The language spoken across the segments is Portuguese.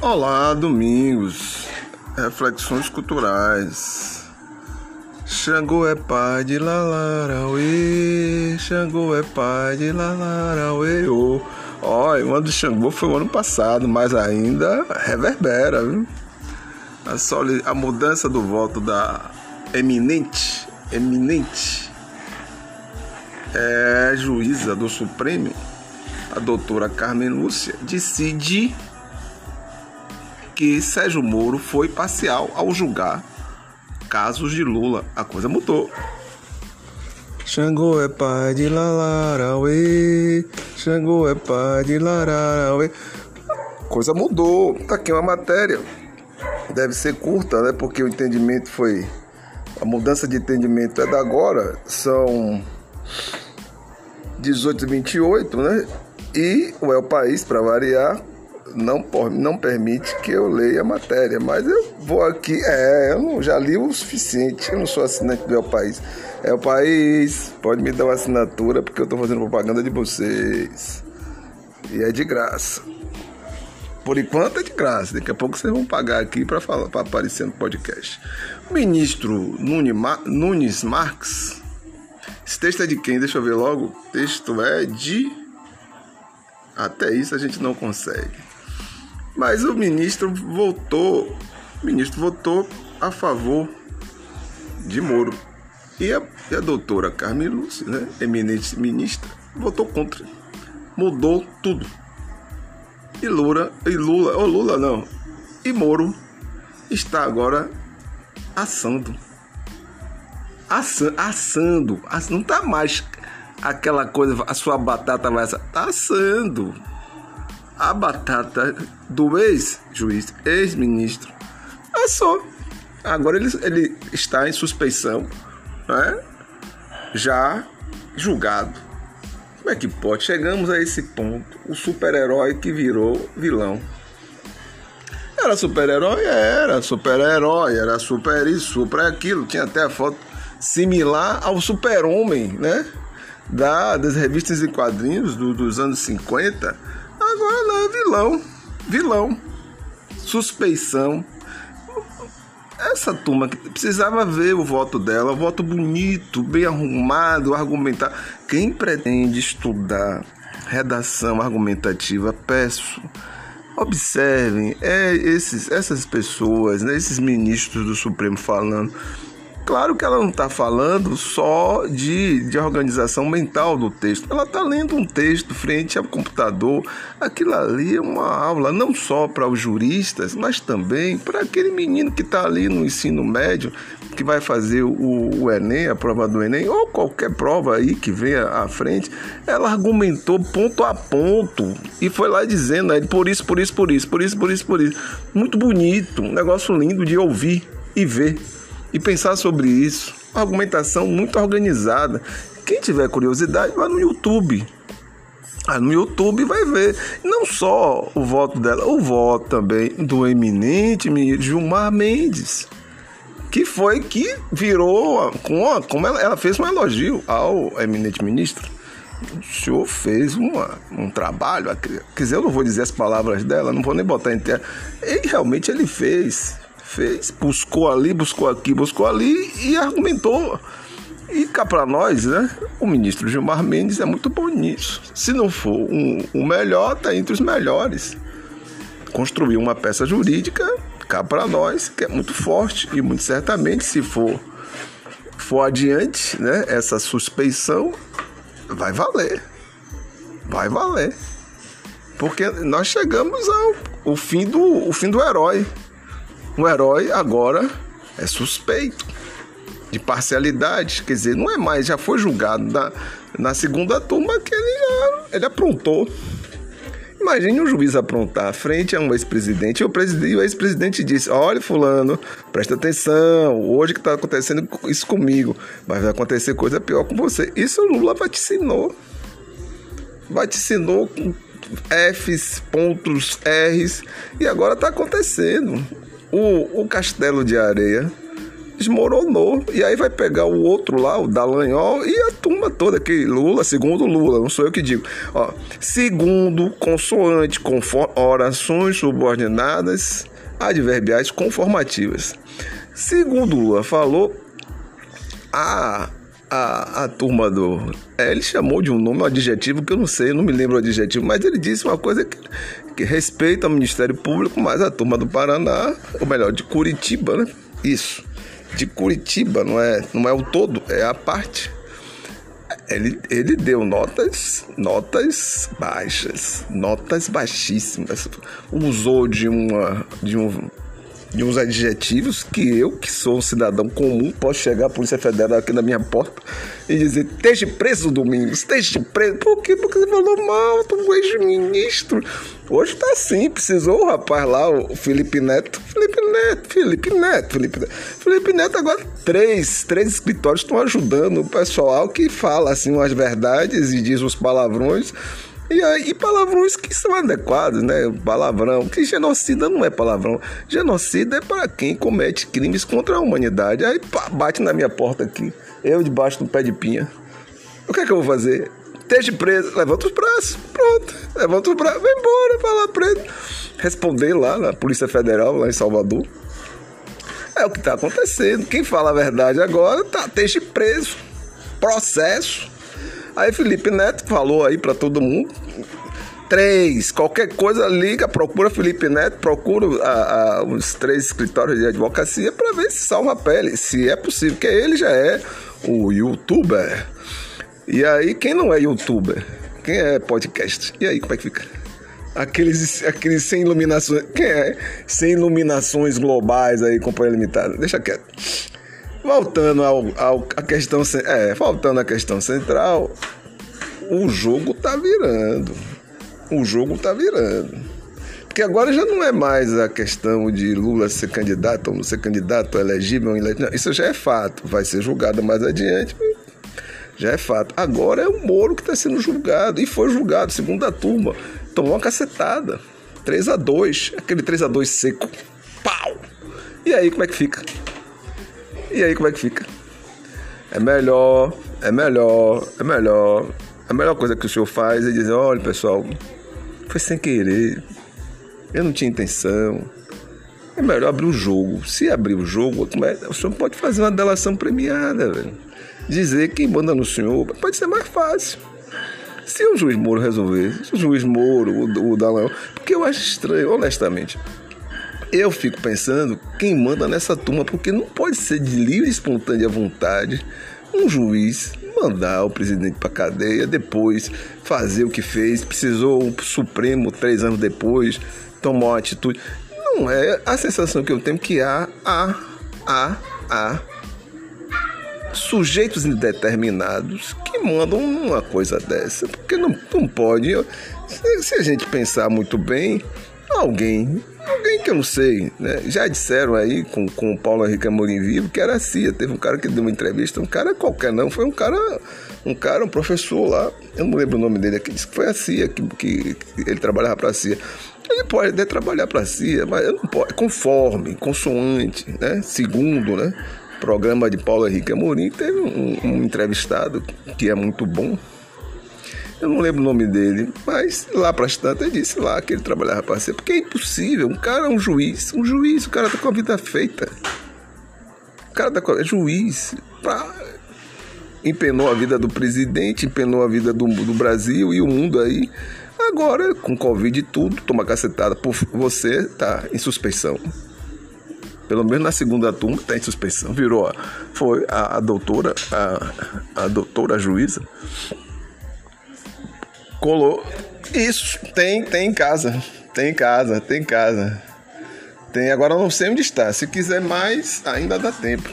Olá, domingos, reflexões culturais. Xangô é pai de Lalarauê, Xangô é pai de Lalarauê. Olha, o ano do Xangô foi o ano passado, mas ainda reverbera, viu? A mudança do voto da eminente juíza do Supremo, a doutora Carmen Lúcia, decide que Sérgio Moro foi parcial ao julgar casos de Lula. A coisa mudou. Xangô é pai de Lalarauê, Xangô é pai de Lalarauê. Coisa mudou. Tá aqui uma matéria. Deve ser curta, né? Porque o entendimento foi... A mudança de entendimento é da agora. São 18h28, né? E o El País, para variar, não permite que eu leia a matéria, mas eu vou aqui, eu já li o suficiente, eu não sou assinante do El País. El País, pode me dar uma assinatura, porque eu estou fazendo propaganda de vocês, e é de graça. Por enquanto é de graça, daqui a pouco vocês vão pagar aqui para aparecer no podcast. O ministro Nunes Marques, esse texto é de quem? Deixa eu ver logo, o texto é de... Até isso a gente não consegue. Mas o ministro votou a favor de Moro. E a doutora Carmen Lúcia, né, eminente ministra, votou contra. Mudou tudo. E Moro está agora assando. Não está mais aquela coisa, a sua batata vai assar. Está assando. A batata do ex-juiz, ex-ministro, assou. Agora ele está em suspeição, né? Já julgado. Como é que pode? Chegamos a esse ponto. O super-herói que virou vilão. Era super-herói? Era super-herói. Era super isso, super aquilo. Tinha até a foto similar ao super-homem, né? Das revistas em quadrinhos dos anos 50. Agora não, é vilão, suspeição. Essa turma que precisava ver o voto dela, voto bonito, bem arrumado, argumentar. Quem pretende estudar redação argumentativa, peço, observem, essas pessoas, né, esses ministros do Supremo falando. Claro que ela não está falando só de organização mental do texto. Ela está lendo um texto frente ao computador. Aquilo ali é uma aula não só para os juristas, mas também para aquele menino que está ali no ensino médio, que vai fazer o Enem, a prova do Enem, ou qualquer prova aí que venha à frente. Ela argumentou ponto a ponto e foi lá dizendo, por isso. Muito bonito, um negócio lindo de ouvir e ver. E pensar sobre isso, uma argumentação muito organizada. Quem tiver curiosidade, vai no YouTube. No YouTube vai ver, não só o voto dela, o voto também do eminente Gilmar Mendes, que foi que virou, como ela fez um elogio ao eminente ministro. O senhor fez um trabalho, quer dizer, eu não vou dizer as palavras dela, não vou nem botar em terra. E realmente ele fez, buscou ali, buscou aqui, buscou ali e argumentou. E cá para nós, né, o ministro Gilmar Mendes é muito bom nisso. Se não for o melhor, está entre os melhores. Construiu uma peça jurídica, cá para nós, que é muito forte. E muito certamente, se for adiante, né, essa suspeição, vai valer. Porque nós chegamos ao fim do herói. O herói agora é suspeito de parcialidade, quer dizer, não é mais, já foi julgado na segunda turma que ele aprontou. Imagine um juiz aprontar frente a um ex-presidente e o ex-presidente disse: olha, fulano, presta atenção, hoje que está acontecendo isso comigo, mas vai acontecer coisa pior com você. Isso o Lula vaticinou com Fs, pontos, Rs, e agora está acontecendo. O Castelo de Areia desmoronou. E aí vai pegar o outro lá, o Dallagnol, e a turma toda, que Lula, segundo Lula, não sou eu que digo. Ó, segundo, consoante, orações subordinadas, adverbiais conformativas. Segundo Lula falou, a turma do... ele chamou de um nome, um adjetivo que eu não sei, eu não me lembro o adjetivo, mas ele disse uma coisa que respeita o Ministério Público, mas a turma do Paraná, ou melhor, de Curitiba, né? Isso, de Curitiba, não é o todo, é a parte. Ele deu notas baixas, notas baixíssimas, usou de uns adjetivos que eu, que sou um cidadão comum, posso chegar à Polícia Federal aqui na minha porta e dizer: esteja preso, Domingos, esteja preso. Por quê? Porque você falou mal do ex-ministro. Hoje tá assim, precisou o rapaz lá, o Felipe Neto agora três escritórios estão ajudando o pessoal que fala assim umas verdades e diz uns palavrões. E palavrões que são adequados, né? Palavrão, que genocida não é palavrão. Genocida é para quem comete crimes contra a humanidade. Aí pá, bate na minha porta aqui, eu debaixo do pé de pinha. O que é que eu vou fazer? Esteja preso, levanta os braços, pronto. Levanta os braços, vai embora, vai lá preso. Responder lá na Polícia Federal, lá em Salvador. É o que está acontecendo. Quem fala a verdade agora esteja preso. Processo. Aí Felipe Neto falou aí pra todo mundo: 3, qualquer coisa liga, procura Felipe Neto, procura os 3 escritórios de advocacia pra ver se salva a pele, se é possível, porque ele já é o youtuber. E aí, quem não é youtuber? Quem é podcast? E aí, como é que fica? Aqueles sem iluminações, quem é? Sem iluminações globais aí, companhia limitada, deixa quieto. Voltando à questão central, o jogo tá virando. Porque agora já não é mais a questão de Lula ser candidato ou não ser candidato, elegível ou ilegível. Isso já é fato, vai ser julgado mais adiante, já é fato. Agora é o Moro que está sendo julgado, e foi julgado, segundo a turma. Tomou uma cacetada, 3-2, aquele 3-2 seco, pau! E aí, como é que fica? A melhor coisa que o senhor faz é dizer: olha, pessoal, foi sem querer, eu não tinha intenção. É melhor abrir o jogo. Se abrir o jogo, o senhor pode fazer uma delação premiada, velho. Dizer quem manda no senhor pode ser mais fácil. Se o juiz Moro resolver, o Dallagnol, porque eu acho estranho, honestamente. Eu fico pensando quem manda nessa turma, porque não pode ser de livre e espontânea vontade um juiz mandar o presidente para cadeia, depois fazer o que fez, precisou o Supremo 3 anos depois tomar uma atitude. Não é a sensação que eu tenho, que há sujeitos indeterminados que mandam uma coisa dessa, porque não pode. Se a gente pensar muito bem, alguém que eu não sei, né? Já disseram aí com o Paulo Henrique Amorim vivo que era a CIA. Teve um cara que deu uma entrevista, um cara qualquer não, foi um professor lá, eu não lembro o nome dele aqui, disse que foi a CIA, que ele trabalhava para a CIA. Ele pode até trabalhar para a CIA, mas não pode, conforme, consoante, né? Segundo, né? Programa de Paulo Henrique Amorim, teve um entrevistado que é muito bom. Eu não lembro o nome dele, mas lá para as tantas ele disse lá que ele trabalhava para ser, porque é impossível. Um cara é um juiz, o cara tá com a vida feita. O cara é juiz, empenou a vida do presidente, empenou a vida do Brasil e o mundo aí. Agora, com Covid e tudo, toma cacetada por você, tá em suspeição. Pelo menos na segunda turma tá em suspeição. Foi a doutora juíza. Colou. Isso, tem em casa. Tem, agora eu não sei onde está. Se quiser mais, ainda dá tempo.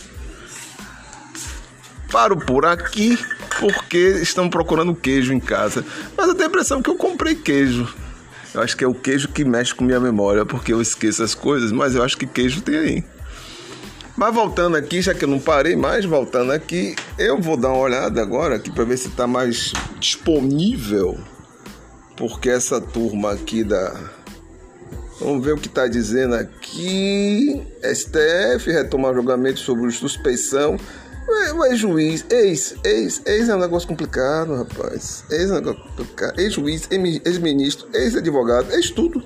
Paro por aqui porque estão procurando queijo em casa. Mas eu tenho a impressão que eu comprei queijo. Eu acho que é o queijo que mexe com minha memória, porque eu esqueço as coisas, mas eu acho que queijo tem aí. Mas voltando aqui, já que eu não parei mais, eu vou dar uma olhada agora aqui para ver se está mais disponível, porque essa turma aqui Vamos ver o que está dizendo aqui. STF retoma julgamento sobre suspeição. Mas juiz, ex é um negócio complicado, rapaz. Ex é um negócio complicado. Ex-juiz, ex-ministro, ex-advogado, ex-tudo.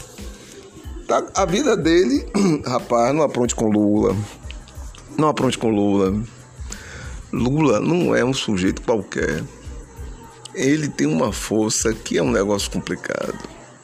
Tá? A vida dele, rapaz, não apronte com Lula. Não apronte com Lula. Lula não é um sujeito qualquer. Ele tem uma força que é um negócio complicado.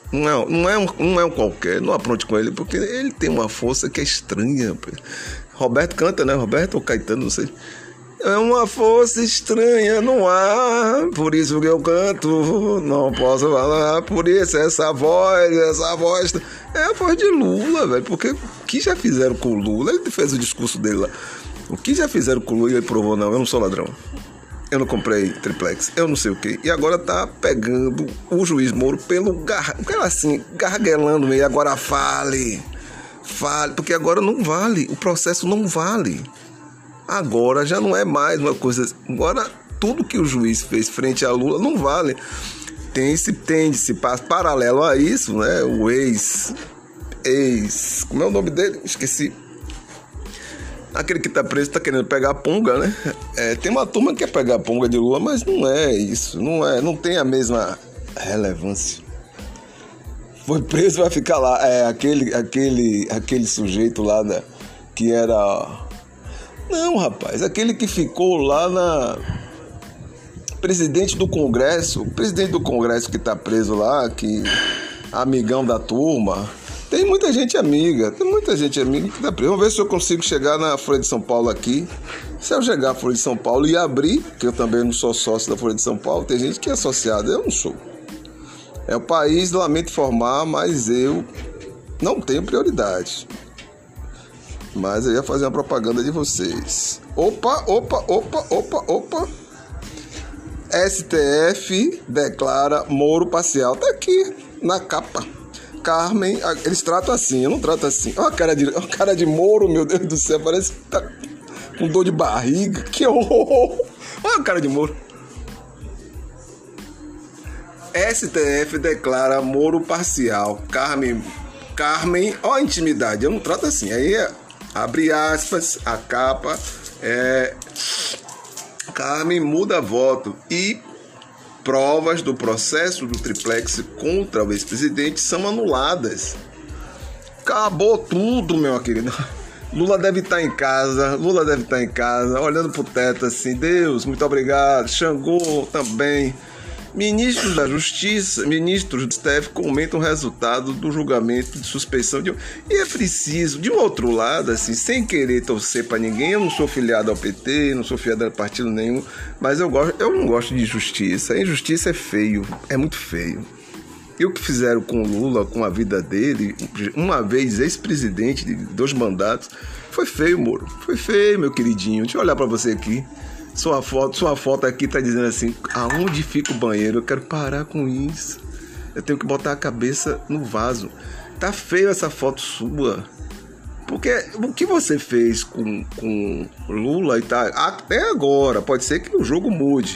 Não é um qualquer. Não apronte com ele, porque ele tem uma força que é estranha. Roberto canta, né? Roberto ou Caetano, não sei. É uma força estranha no ar, por isso que eu canto, não posso falar, por isso essa voz é a voz de Lula, velho, porque o que já fizeram com o Lula, ele fez o discurso dele lá, o que já fizeram com o Lula, ele provou, não, eu não sou ladrão, eu não comprei triplex, eu não sei o que, e agora tá pegando o juiz Moro pelo garguelando meio, agora fale, porque agora não vale, o processo não vale. Agora já não é mais uma coisa. Agora tudo que o juiz fez frente a Lula não vale. Tende-se paralelo a isso, né? O como é o nome dele? Esqueci. Aquele que tá preso tá querendo pegar a punga, né? Tem uma turma que quer pegar a punga de Lula, mas não é isso. Não tem a mesma relevância. Foi preso, vai ficar lá. Aquele sujeito lá que era. Não, rapaz, aquele que ficou lá presidente do Congresso, o presidente do Congresso que tá preso lá, que amigão da turma, tem muita gente amiga que tá preso. Vamos ver se eu consigo chegar na Folha de São Paulo aqui. Se eu chegar à Folha de São Paulo e abrir, que eu também não sou sócio da Folha de São Paulo, tem gente que é associada, eu não sou. É o país, lamento informar, mas eu não tenho prioridade. Mas eu ia fazer uma propaganda de vocês. Opa. STF declara Moro parcial. Tá aqui, na capa. Carmen, eles tratam assim, eu não trato assim. Olha a cara de Moro, meu Deus do céu. Parece que tá com dor de barriga. Que horror. Olha a cara de Moro. STF declara Moro parcial. Carmen, ó a intimidade. Eu não trato assim. Aí abre aspas, a capa, Carmen muda voto e provas do processo do triplex contra o ex-presidente são anuladas. Acabou tudo, meu querido. Lula deve estar em casa, olhando pro teto assim, Deus, muito obrigado, Xangô também. Ministros da Justiça, ministros do STF comentam o resultado do julgamento de suspeição de... E é preciso, de um outro lado, assim, sem querer torcer para ninguém, eu não sou filiado ao PT, não sou filiado a partido nenhum, mas eu não gosto de justiça. A injustiça é feio, é muito feio. E o que fizeram com o Lula, com a vida dele, uma vez ex-presidente de 2 mandatos, foi feio, Moro. Foi feio, meu queridinho. Deixa eu olhar para você aqui. Sua foto aqui tá dizendo assim, aonde fica o banheiro? Eu quero parar com isso. Eu tenho que botar a cabeça no vaso. Tá feio essa foto sua. Porque o que você fez com Lula e tal, até agora, pode ser que o jogo mude.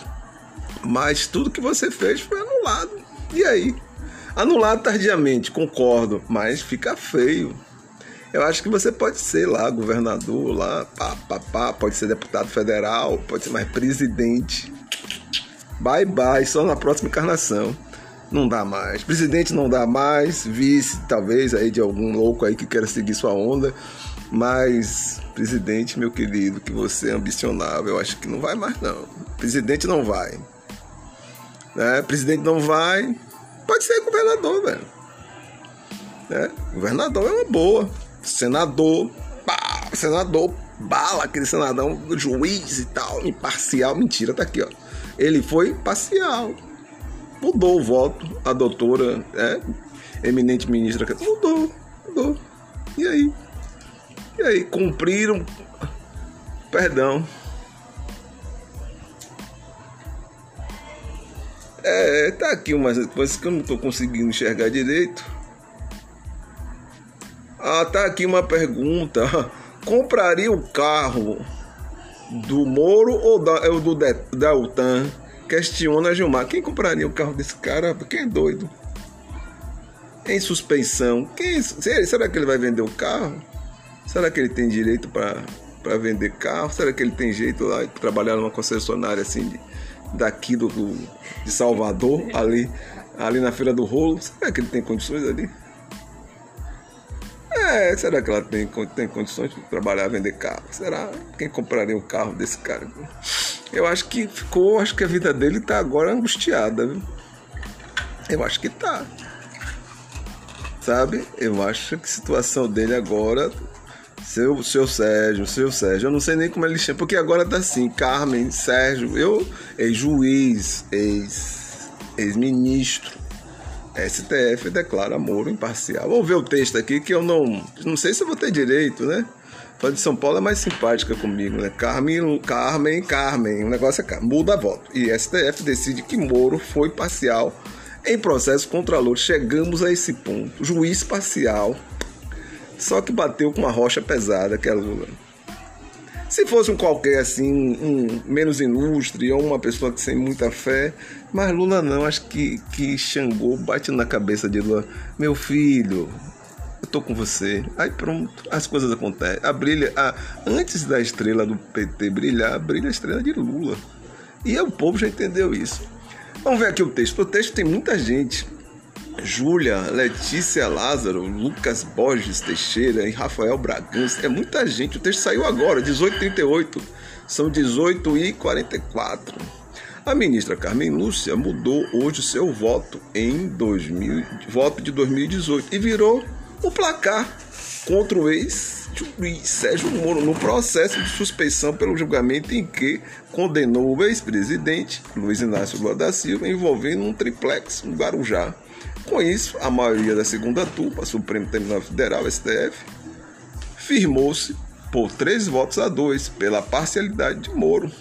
Mas tudo que você fez foi anulado. E aí? Anulado tardiamente, concordo, mas fica feio. Eu acho que você pode ser lá governador, lá, pode ser deputado federal, pode ser mais presidente. Bye, só na próxima encarnação. Não dá mais. Presidente não dá mais, vice talvez aí de algum louco aí que queira seguir sua onda. Mas presidente, meu querido, que você ambicionava, eu acho que não vai mais não. Presidente não vai. Presidente não vai. Pode ser governador, velho. Governador é uma boa. Senador, bala, aquele senador, juiz e tal, imparcial, mentira, tá aqui, ó. Ele foi parcial, mudou o voto, a doutora, eminente ministra, mudou, e aí, cumpriram, perdão, tá aqui umas coisas que eu não tô conseguindo enxergar direito. Tá aqui uma pergunta. Compraria o carro do Moro ou do Deltan? Questiona Gilmar. Quem compraria o carro desse cara? Quem é doido? em suspensão. Será que ele vai vender o carro? Será que ele tem direito para vender carro? Será que ele tem jeito lá de trabalhar numa concessionária assim daqui de Salvador, ali na Feira do Rolo? Será que ele tem condições ali? Será que ela tem condições de trabalhar, vender carro? Será? Quem compraria um carro desse cara? Eu acho que a vida dele tá agora angustiada, viu? Eu acho que tá. Sabe? Eu acho que a situação dele agora, seu Sérgio, eu não sei nem como ele chama, porque agora tá assim, Carmen, Sérgio, ex-juiz, ex-ministro, STF declara Moro imparcial. Vamos ver o texto aqui, que eu não sei se eu vou ter direito, né? A de São Paulo é mais simpática comigo, né? Carmen, o negócio é muda voto. E STF decide que Moro foi parcial em processo contra Lula. Chegamos a esse ponto. Juiz parcial, só que bateu com uma rocha pesada, que é Lula. Se fosse um qualquer assim, um menos ilustre, ou uma pessoa que sem muita fé, mas Lula não, acho que Xangô bate na cabeça de Lula. Meu filho, eu tô com você. Aí pronto, as coisas acontecem. Antes da estrela do PT brilhar, brilha a estrela de Lula. E o povo já entendeu isso. Vamos ver aqui o texto. O texto tem muita gente. Júlia, Letícia Lázaro, Lucas Borges Teixeira e Rafael Bragança. É muita gente. O texto saiu agora, 18h38. São 18h44. A ministra Carmen Lúcia mudou hoje o seu voto voto de 2018 e virou o placar contra o ex-juiz Sérgio Moro no processo de suspeição pelo julgamento em que condenou o ex-presidente Luiz Inácio Lula da Silva envolvendo um triplex no Guarujá. Com isso, a maioria da segunda turma, Supremo Tribunal Federal, STF, firmou-se por 3-2 pela parcialidade de Moro.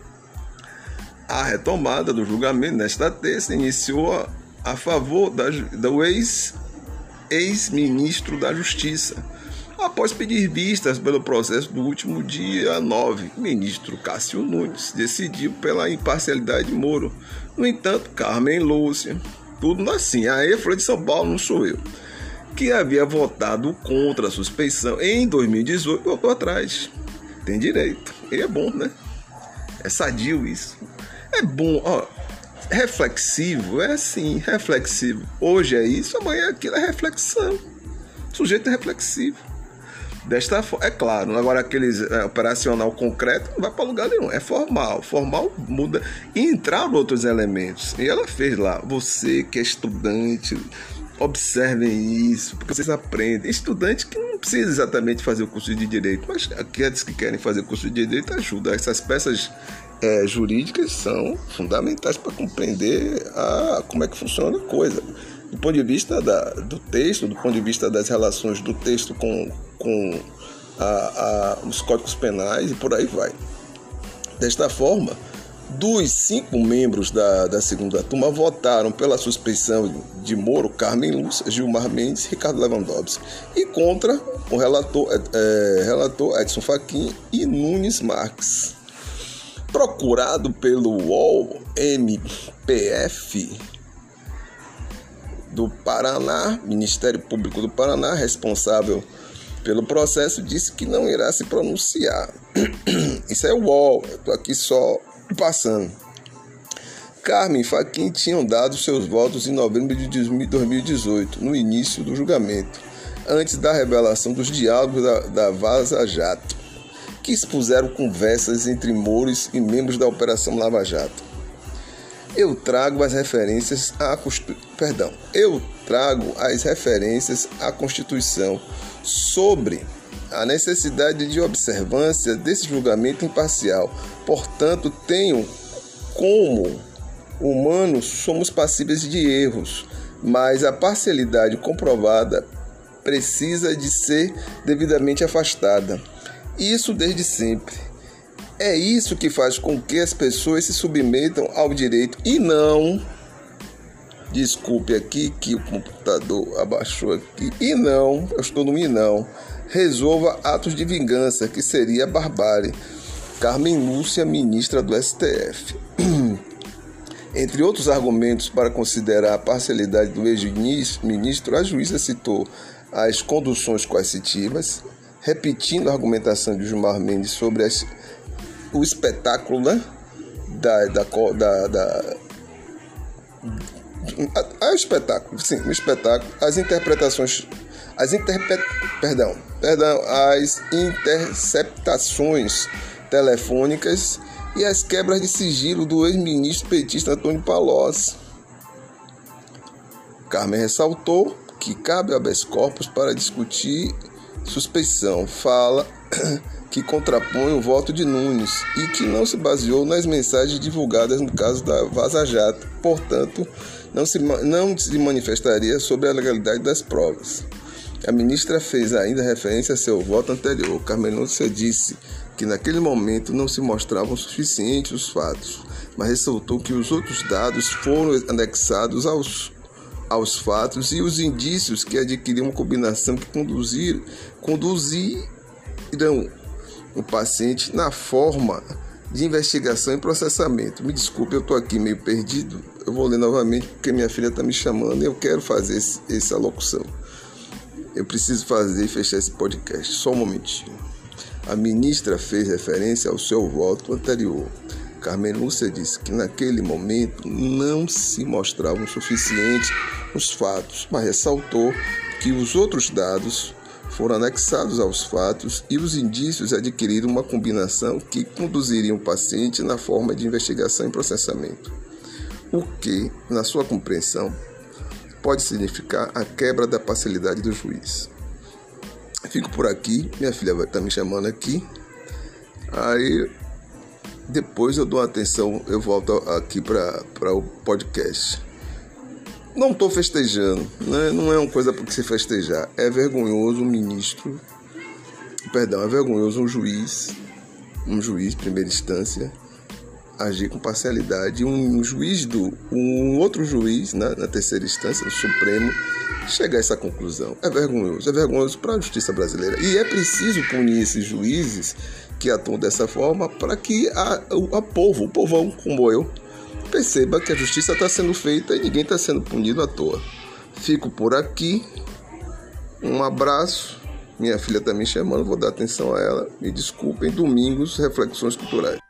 A retomada do julgamento nesta terça iniciou a favor do ex-ministro da Justiça, após pedir vistas pelo processo do último dia 9. O ministro Cássio Nunes decidiu pela imparcialidade de Moro. No entanto, Carmen Lúcia, tudo assim, a Folha de São Paulo, não sou eu, que havia votado contra a suspeição em 2018, voltou atrás. Tem direito. E é bom, né? É sadio isso. É bom, ó. Reflexivo, é assim, reflexivo. Hoje é isso, amanhã é aquilo, é reflexão. O sujeito é reflexivo. Desta forma, é claro, agora aqueles operacional concreto não vai para lugar nenhum, é formal. Formal muda e entraram outros elementos. E ela fez lá, você que é estudante, observem isso, porque vocês aprendem. Estudante que não precisa exatamente fazer o curso de Direito, mas aqueles que querem fazer o curso de Direito ajuda. Essas peças jurídicas são fundamentais para compreender como é que funciona a coisa. Do ponto de vista do texto, do ponto de vista das relações do texto com os códigos penais e por aí vai. Desta forma, dos 5 membros da segunda turma votaram pela suspeição de Moro, Carmen Lúcia, Gilmar Mendes e Ricardo Lewandowski, e contra o relator Edson Fachin e Nunes Marques. Procurado pelo UOL-MPF do Paraná, Ministério Público do Paraná, responsável pelo processo, disse que não irá se pronunciar. Isso é o UOL, eu estou aqui só passando. Carmen e Fachin tinham dado seus votos em novembro de 2018, no início do julgamento, antes da revelação dos diálogos da Vaza Jato, que expuseram conversas entre Moro e membros da Operação Lava Jato. Eu trago as referências à Constituição sobre a necessidade de observância desse julgamento imparcial. Portanto, tenho como humanos somos passíveis de erros, mas a parcialidade comprovada precisa de ser devidamente afastada. Isso desde sempre. É isso que faz com que as pessoas se submetam ao direito e não, desculpe aqui que o computador abaixou aqui, eu estou no e não, resolva atos de vingança, que seria barbárie. Carmen Lúcia, ministra do STF. Entre outros argumentos para considerar a parcialidade do ex-ministro, a juíza citou as conduções coercitivas, repetindo a argumentação de Gilmar Mendes sobre o espetáculo, né? O espetáculo, as interceptações telefônicas e as quebras de sigilo do ex-ministro petista Antônio Palocci. Carmen ressaltou que cabe ao habeas corpus para discutir suspeição, fala que contrapõe o voto de Nunes e que não se baseou nas mensagens divulgadas no caso da Vaza Jato, portanto, não se manifestaria sobre a legalidade das provas. A ministra fez ainda referência a seu voto anterior. Carmen Lúcia disse que naquele momento não se mostravam suficientes os fatos, mas ressaltou que os outros dados foram anexados aos fatos e os indícios que adquiriam uma combinação que conduziram o paciente na forma de investigação e processamento. Me desculpe, eu estou aqui meio perdido. Eu vou ler novamente porque minha filha está me chamando e eu quero fazer essa locução. Eu preciso fazer e fechar esse podcast. Só um momentinho. A ministra fez referência ao seu voto anterior. Carmen Lúcia disse que naquele momento não se mostravam suficientes os fatos, mas ressaltou que os outros dados foram anexados aos fatos e os indícios adquiriram uma combinação que conduziria o paciente na forma de investigação e processamento, o que, na sua compreensão, pode significar a quebra da parcialidade do juiz. Fico por aqui, minha filha vai estar me chamando aqui, aí depois eu dou atenção, eu volto aqui para o podcast. Não estou festejando, né? Não é uma coisa para se festejar. É vergonhoso é vergonhoso um juiz de primeira instância, agir com parcialidade. Um outro juiz, né, na terceira instância, no Supremo, chegar a essa conclusão. É vergonhoso para a justiça brasileira. E é preciso punir esses juízes que atuam dessa forma para que o povão como eu, perceba que a justiça está sendo feita e ninguém está sendo punido à toa. Fico por aqui. Um abraço. Minha filha está me chamando, vou dar atenção a ela. Me desculpem. Domingos, Reflexões Culturais.